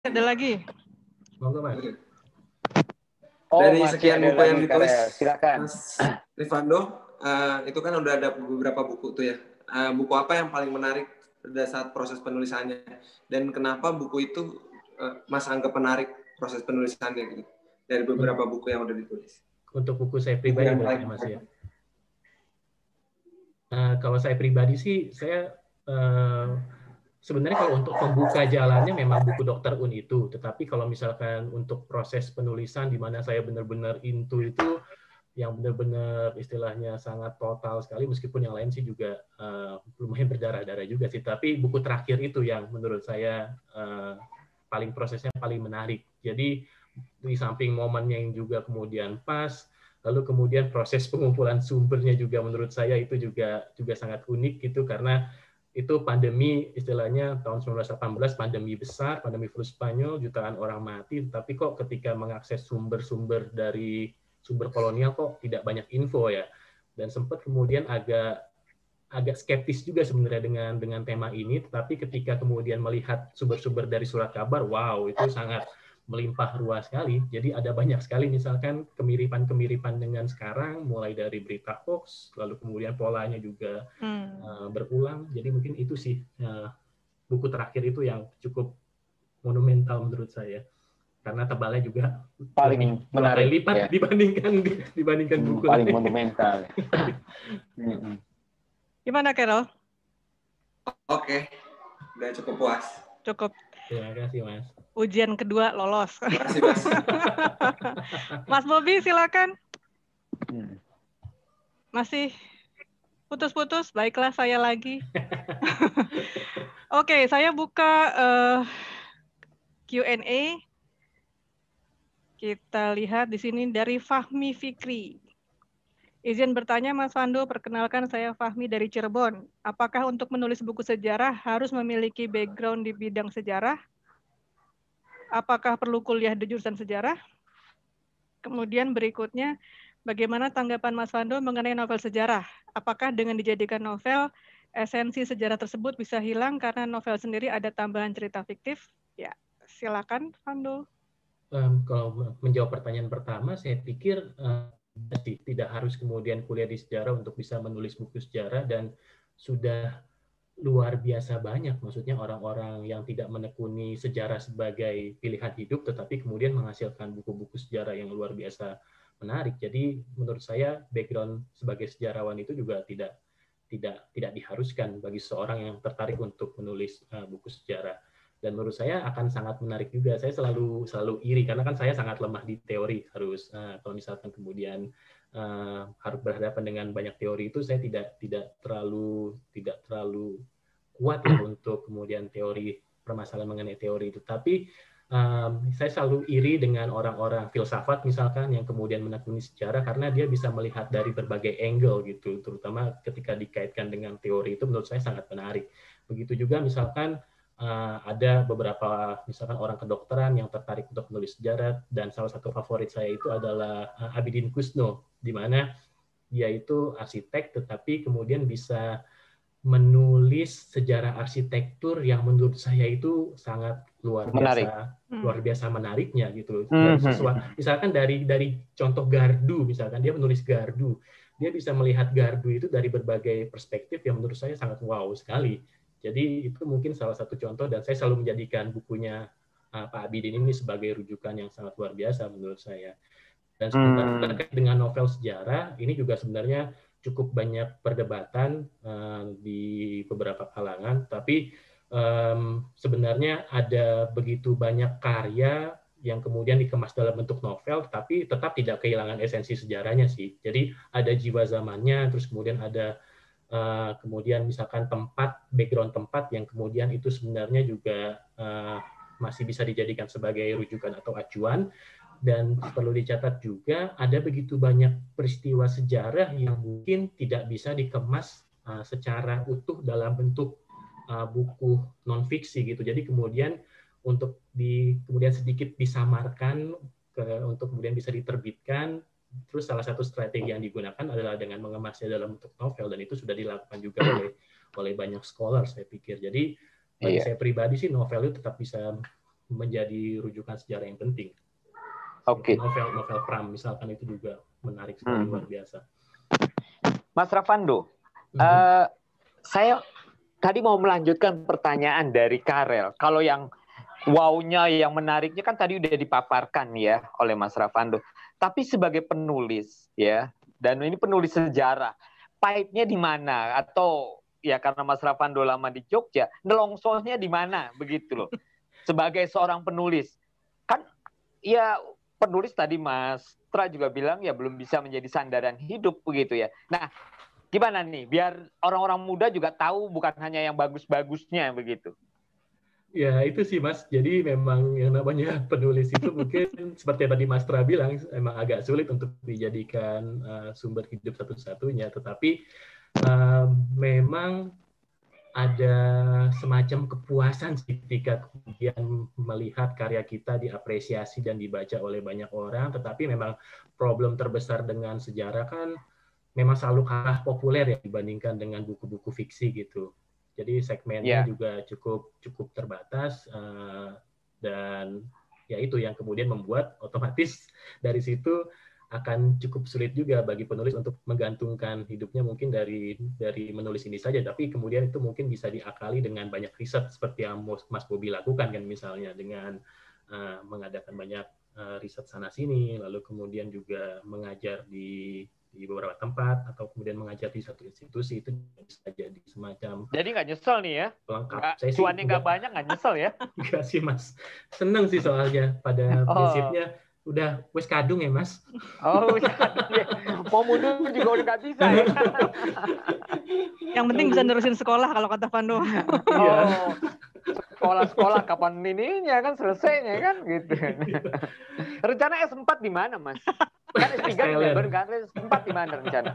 ada lagi? Monggo Mas. Dari sekian buku yang ditulis, silakan. Mas Rifando, itu kan udah ada beberapa buku tuh ya. Buku apa yang paling menarik pada saat proses penulisannya? Dan kenapa buku itu Mas anggap menarik proses penulisannya gitu? Dari beberapa buku yang udah ditulis. Untuk buku saya pribadi berarti Mas ya. Kalau saya pribadi sih, saya sebenarnya kalau untuk pembuka jalannya memang buku Dr. Un itu, tetapi kalau misalkan untuk proses penulisan di mana saya benar-benar into itu, yang benar-benar istilahnya sangat total sekali, meskipun yang lain sih juga lumayan berdarah-darah juga sih, tapi buku terakhir itu yang menurut saya prosesnya paling menarik. Jadi di samping momennya yang juga kemudian pas, lalu kemudian proses pengumpulan sumbernya juga menurut saya itu juga sangat unik gitu, karena itu pandemi istilahnya tahun 1918, pandemi besar, pandemi flu Spanyol, jutaan orang mati, tapi kok ketika mengakses sumber-sumber dari sumber kolonial kok tidak banyak info ya, dan sempat kemudian agak skeptis juga sebenarnya dengan tema ini, tetapi ketika kemudian melihat sumber-sumber dari surat kabar, wow, itu sangat melimpah ruah sekali. Jadi ada banyak sekali misalkan kemiripan-kemiripan dengan sekarang, mulai dari berita hoax, lalu kemudian polanya juga berulang. Jadi mungkin itu sih buku terakhir itu yang cukup monumental menurut saya. Karena tebalnya juga paling menarik kali lipat ya, dibandingkan buku paling lain. monumental. Gimana Carol? Oke, udah cukup puas. Cukup. Terima kasih Mas. Ujian kedua lolos. Terima kasih Mas. Mas Bobi silakan. Masih putus-putus, baiklah saya lagi. Oke, saya buka Q&A. Kita lihat di sini dari Fahmi Fikri. Izin bertanya Mas Fando, perkenalkan saya Fahmi dari Cirebon. Apakah untuk menulis buku sejarah harus memiliki background di bidang sejarah? Apakah perlu kuliah di jurusan sejarah? Kemudian berikutnya, bagaimana tanggapan Mas Fando mengenai novel sejarah? Apakah dengan dijadikan novel, esensi sejarah tersebut bisa hilang karena novel sendiri ada tambahan cerita fiktif? Ya, silakan Fando. Kalau menjawab pertanyaan pertama, saya pikir tidak harus kemudian kuliah di sejarah untuk bisa menulis buku sejarah, dan sudah luar biasa banyak, maksudnya orang-orang yang tidak menekuni sejarah sebagai pilihan hidup, tetapi kemudian menghasilkan buku-buku sejarah yang luar biasa menarik. Jadi menurut saya background sebagai sejarawan itu juga tidak diharuskan bagi seorang yang tertarik untuk menulis buku sejarah. Dan menurut saya akan sangat menarik juga. Saya selalu iri karena kan saya sangat lemah di teori. Kalau misalkan kemudian harus berhadapan dengan banyak teori itu, saya tidak terlalu kuat ya untuk kemudian teori, permasalahan mengenai teori itu. Tapi saya selalu iri dengan orang-orang filsafat misalkan yang kemudian menekuni sejarah, karena dia bisa melihat dari berbagai angle gitu, terutama ketika dikaitkan dengan teori. Itu menurut saya sangat menarik. Begitu juga misalkan ada beberapa misalkan orang kedokteran yang tertarik untuk menulis sejarah, dan salah satu favorit saya itu adalah Abidin Kusno, di mana dia itu arsitek tetapi kemudian bisa menulis sejarah arsitektur yang menurut saya itu sangat luar biasa menariknya gitu. Misalkan dari contoh gardu, misalkan dia menulis gardu, dia bisa melihat gardu itu dari berbagai perspektif yang menurut saya sangat wow sekali. Jadi itu mungkin salah satu contoh, dan saya selalu menjadikan bukunya Pak Abidin ini sebagai rujukan yang sangat luar biasa menurut saya. Dan terkait dengan novel sejarah, ini juga sebenarnya cukup banyak perdebatan di beberapa kalangan, tapi sebenarnya ada begitu banyak karya yang kemudian dikemas dalam bentuk novel, tapi tetap tidak kehilangan esensi sejarahnya sih. Jadi ada jiwa zamannya, terus kemudian ada kemudian misalkan background tempat yang kemudian itu sebenarnya juga masih bisa dijadikan sebagai rujukan atau acuan. Dan perlu dicatat juga ada begitu banyak peristiwa sejarah yang mungkin tidak bisa dikemas secara utuh dalam bentuk buku non-fiksi gitu. Jadi kemudian kemudian sedikit disamarkan untuk kemudian bisa diterbitkan. Terus salah satu strategi yang digunakan adalah dengan mengemasnya dalam bentuk novel, dan itu sudah dilakukan juga oleh banyak scholar saya pikir. Jadi bagi saya pribadi sih novel itu tetap bisa menjadi rujukan sejarah yang penting. Oke. Novel Pram misalkan itu juga menarik sekali, luar biasa. Mas Rafando, saya tadi mau melanjutkan pertanyaan dari Karel. Kalau yang wow-nya, yang menariknya kan tadi udah dipaparkan ya oleh Mas Rafando. Tapi sebagai penulis ya, dan ini penulis sejarah, pahitnya di mana? Atau ya karena Mas Rafando lama di Jogja, nelongsonya di mana begitu loh. Sebagai seorang penulis, kan ya penulis tadi Mas Tra juga bilang ya belum bisa menjadi sandaran hidup begitu ya. Nah, gimana nih biar orang-orang muda juga tahu bukan hanya yang bagus-bagusnya begitu. Ya itu sih Mas, jadi memang yang namanya penulis itu mungkin seperti tadi Mas Tra bilang, emang agak sulit untuk dijadikan sumber hidup satu-satunya, tetapi memang ada semacam kepuasan ketika kemudian melihat karya kita diapresiasi dan dibaca oleh banyak orang, tetapi memang problem terbesar dengan sejarah kan memang selalu kalah populer ya dibandingkan dengan buku-buku fiksi gitu. Jadi segmennya juga cukup terbatas, dan ya itu yang kemudian membuat otomatis dari situ akan cukup sulit juga bagi penulis untuk menggantungkan hidupnya mungkin dari menulis ini saja, tapi kemudian itu mungkin bisa diakali dengan banyak riset seperti yang Mas Bobi lakukan kan, misalnya dengan mengadakan banyak riset sana sini, lalu kemudian juga mengajar di beberapa tempat atau kemudian mengajar di satu institusi, itu bisa jadi semacam. Jadi nggak nyesel nih ya? Pelengkap. Cuannya nggak banyak nggak nyesel ya? Enggak sih Mas, seneng sih soalnya pada prinsipnya udah wes kadung ya Mas. Oh ya, mau mundur juga udah nggak bisa ya. Yang penting bisa nerusin sekolah kalau kata Pando. Oh, sekolah kapan ininya kan selesainya kan gitu. Rencana S4 di mana Mas? Kan S3 baru kan, S4 di mana rencana?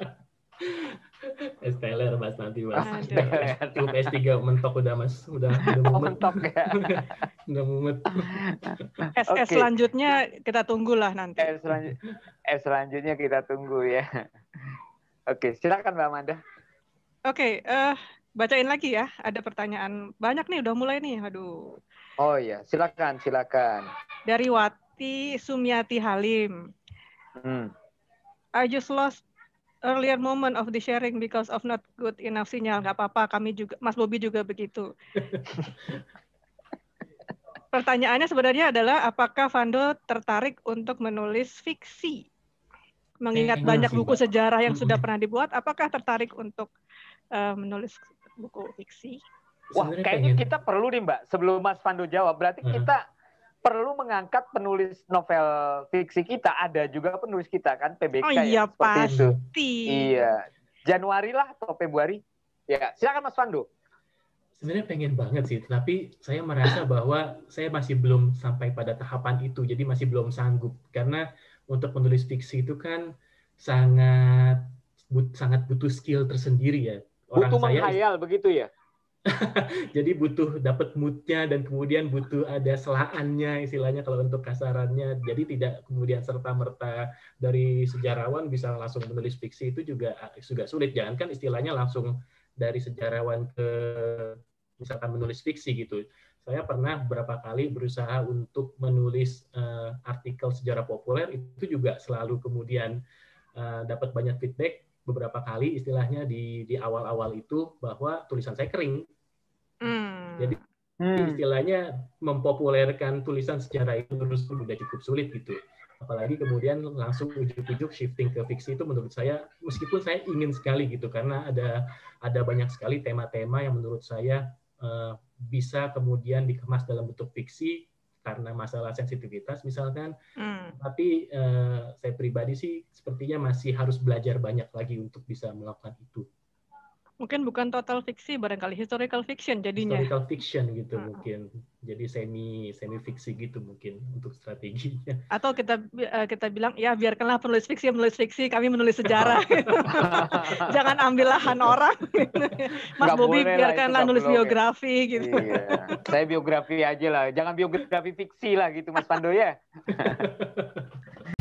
STLR Mas nanti Mas. Cukup S3 mentok udah Mas, udah mumet. Mentok ya. Udah mumet. Selanjutnya kita tunggulah nanti. Selanjutnya kita tunggu ya. Oke, silakan Mbak Amanda. Oke, bacain lagi ya. Ada pertanyaan banyak nih, udah mulai nih. Aduh. Oh iya, silakan. Dari Wati Sumiati Halim. I just lost earlier moment of the sharing because of not good enough sinyal. Nggak apa-apa, kami juga, Mas Bobi juga begitu. Pertanyaannya sebenarnya adalah apakah Fando tertarik untuk menulis fiksi? Mengingat banyak buku sejarah yang sudah pernah dibuat, apakah tertarik untuk menulis buku fiksi? Wah, kayaknya kita perlu nih Mbak, sebelum Mas Fando jawab, berarti kita perlu mengangkat penulis novel fiksi kita. Ada juga penulis kita kan, PBK iya, ya, seperti pasti. itu. Iya, Januari lah atau Februari. Ya, silakan Mas Fando. Sebenarnya pengen banget sih, tapi saya merasa bahwa saya masih belum sampai pada tahapan itu, jadi masih belum sanggup. Karena untuk menulis fiksi itu kan sangat butuh skill tersendiri ya. Butuh menghayal begitu ya? Jadi butuh dapat mood-nya dan kemudian butuh ada selaannya istilahnya kalau untuk kasarannya. Jadi tidak kemudian serta-merta dari sejarawan bisa langsung menulis fiksi, itu juga sulit. Jangan kan istilahnya langsung dari sejarawan ke misalkan menulis fiksi gitu. Saya pernah beberapa kali berusaha untuk menulis artikel sejarah populer, itu juga selalu kemudian dapat banyak feedback beberapa kali istilahnya di awal-awal itu bahwa tulisan saya kering. Jadi istilahnya mempopulerkan tulisan sejarah itu terus sudah cukup sulit gitu. Apalagi kemudian langsung ujuk-ujuk shifting ke fiksi, itu menurut saya, meskipun saya ingin sekali gitu, karena ada banyak sekali tema-tema yang menurut saya bisa kemudian dikemas dalam bentuk fiksi karena masalah sensitivitas misalkan. Tapi saya pribadi sih sepertinya masih harus belajar banyak lagi untuk bisa melakukan itu. Mungkin bukan total fiksi, barangkali historical fiction jadinya. Historical fiction gitu mungkin. Jadi semi fiksi gitu mungkin untuk strateginya. Atau kita bilang ya biarkanlah penulis fiksi, kami menulis sejarah. Jangan ambil lahan orang. Mas Bobi biarkanlah nulis biografi gitu. Iya. Saya biografi aja lah. Jangan biografi fiksi lah gitu Mas Pando ya.